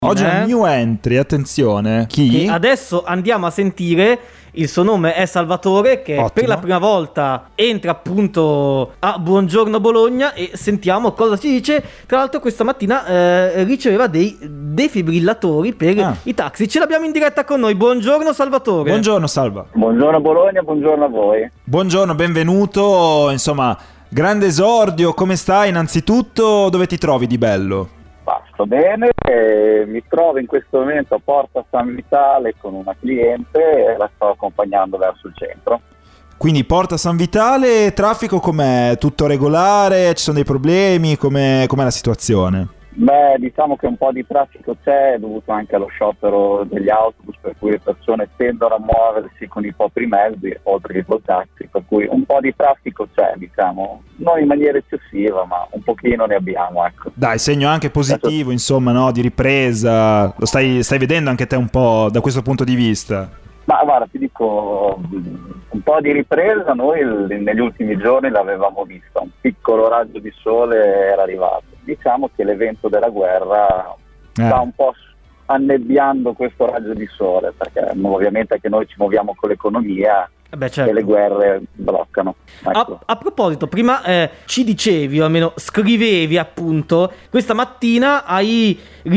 Oggi è un new entry, attenzione. Chi? Che adesso andiamo a sentire. Il suo nome è Salvatore, che Ottimo. per la prima volta entra appunto a Buongiorno Bologna e sentiamo cosa ci dice. Tra l'altro questa mattina riceveva dei defibrillatori per i taxi. Ce l'abbiamo in diretta con noi. Buongiorno Salvatore. Buongiorno Salva. Buongiorno Bologna, buongiorno a voi. Buongiorno, benvenuto. Insomma, grande esordio. Come stai innanzitutto? Dove ti trovi di bello? Sto bene, mi trovo in questo momento a Porta San Vitale con una cliente e la sto accompagnando verso il centro. Quindi Porta San Vitale, traffico com'è? Tutto regolare? Ci sono dei problemi? Com'è la situazione? Beh, diciamo che un po' di traffico c'è, dovuto anche allo sciopero degli autobus, per cui le persone tendono a muoversi con i propri mezzi, oltre che col taxi, per cui un po' di traffico c'è, diciamo, non in maniera eccessiva, ma un pochino ne abbiamo, ecco. Dai, segno anche positivo, insomma, no? Di ripresa. Lo stai vedendo anche te un po' da questo punto di vista? Ma guarda, ti dico, un po' di ripresa noi negli ultimi giorni l'avevamo vista, un piccolo raggio di sole era arrivato. Diciamo che l'evento della guerra sta un po' annebbiando questo raggio di sole, perché ovviamente anche noi ci muoviamo con l'economia. Certo. E le guerre bloccano. Ecco. A proposito, prima ci dicevi, o almeno scrivevi appunto, questa mattina hai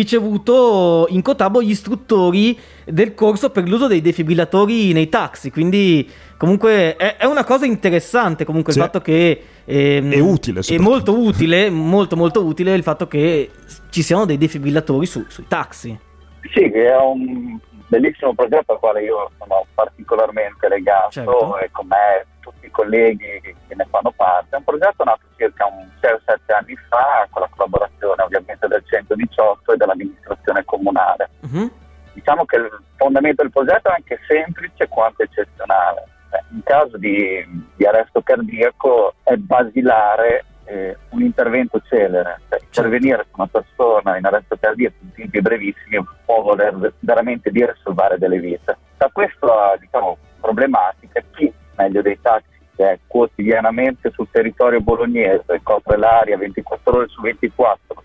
ricevuto in Cottabo gli istruttori del corso per l'uso dei defibrillatori nei taxi, quindi comunque è una cosa interessante comunque il fatto che è utile, è molto utile, molto molto utile il fatto che ci siano dei defibrillatori sui taxi. Sì, è un bellissimo progetto al quale io sono particolarmente legato, certo. E con me tutti i colleghi che ne fanno parte. È un progetto nato circa 6-7 anni fa con la collaborazione ovviamente del 118 e dell'amministrazione comunale. Uh-huh. Diciamo che il fondamento del progetto è anche semplice quanto eccezionale. In caso di arresto cardiaco è basilare un intervento celere, cioè intervenire su una persona in arresto cardiaco in tempi brevissimi può voler veramente dire salvare delle vite. Da questa problematica, chi meglio dei taxi che è quotidianamente sul territorio bolognese, copre l'area 24 ore su 24,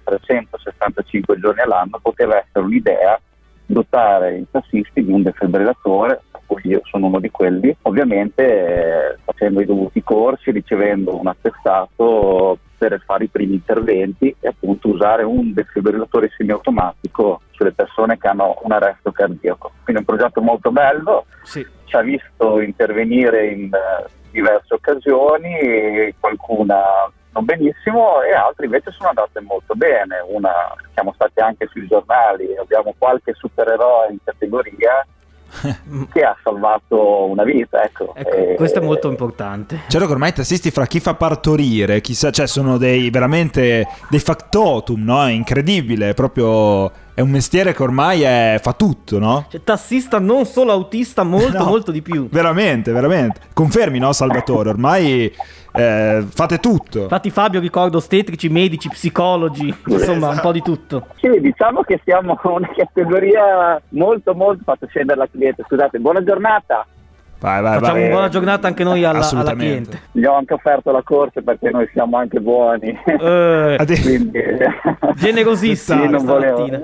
365 giorni all'anno, poteva essere un'idea dotare i tassisti di un defibrillatore, a cui io sono uno di quelli, ovviamente facendo i dovuti corsi, ricevendo un attestato per fare i primi interventi e appunto usare un defibrillatore semiautomatico sulle persone che hanno un arresto cardiaco. Quindi è un progetto molto bello, sì. Ci ha visto intervenire in diverse occasioni, qualcuna non benissimo e altre invece sono andate molto bene. Una, siamo stati anche sui giornali, abbiamo qualche supereroe in categoria che ha salvato una vita, ecco questo è molto importante. Certo che ormai i tassisti, fra chi fa partorire, chissà, cioè sono veramente dei factotum, no? È incredibile, proprio è un mestiere che ormai fa tutto, no? Cioè, tassista non solo autista, molto di più. Veramente. Confermi, no, Salvatore? Ormai fate tutto. Infatti Fabio ricordo ostetrici, medici, psicologi, insomma un po' di tutto. Sì, diciamo che siamo una categoria molto faccio scendere la cliente, scusate, buona giornata. Vai. Facciamo una buona giornata anche noi alla cliente. Gli ho anche offerto la corsa perché noi siamo anche buoni. Quindi, generosissimi sì, non stamattina.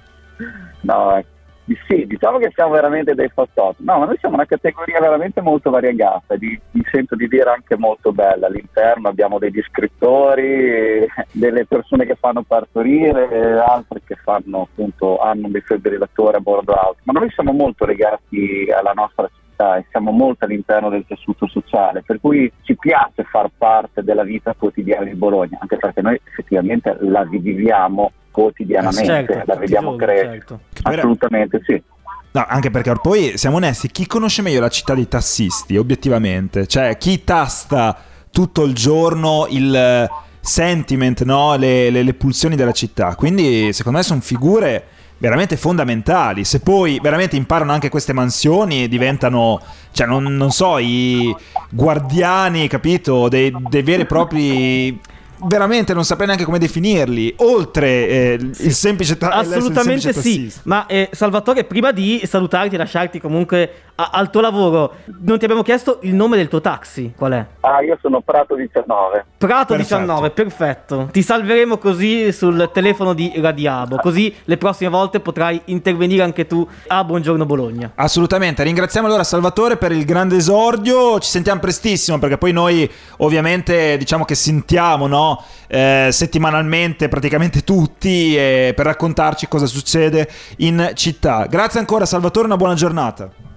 No, sì, diciamo che siamo veramente dei fottotti. No, ma noi siamo una categoria veramente molto variegata, mi sento di dire anche molto bella. All'interno abbiamo degli scrittori, delle persone che fanno partorire, altre che hanno un defibrillatore a bordo auto. Ma noi siamo molto legati alla nostra città e siamo molto all'interno del tessuto sociale, per cui ci piace far parte della vita quotidiana di Bologna, anche perché noi effettivamente la viviamo quotidianamente, certo, la vediamo crescere. Certo. Assolutamente sì. No, anche perché poi siamo onesti, chi conosce meglio la città dei tassisti, obiettivamente? Cioè, chi tasta tutto il giorno il sentiment, no? Le pulsioni della città. Quindi, secondo me, sono figure veramente fondamentali. Se poi veramente imparano anche queste mansioni, diventano, cioè, non so, i guardiani, capito? Dei veri e propri veramente non saprei neanche come definirli, oltre il semplice assolutamente sì. Ma Salvatore, prima di salutarti e lasciarti comunque al tuo lavoro, non ti abbiamo chiesto il nome del tuo taxi, qual è? Io sono Prato 19. Prato Perfetto. 19, perfetto. Ti salveremo così sul telefono di Radiabo, così le prossime volte potrai intervenire anche tu a Buongiorno Bologna. Assolutamente, ringraziamo allora Salvatore per il grande esordio, ci sentiamo prestissimo perché poi noi ovviamente diciamo che sentiamo, no? Settimanalmente praticamente tutti per raccontarci cosa succede in città. Grazie ancora Salvatore, una buona giornata.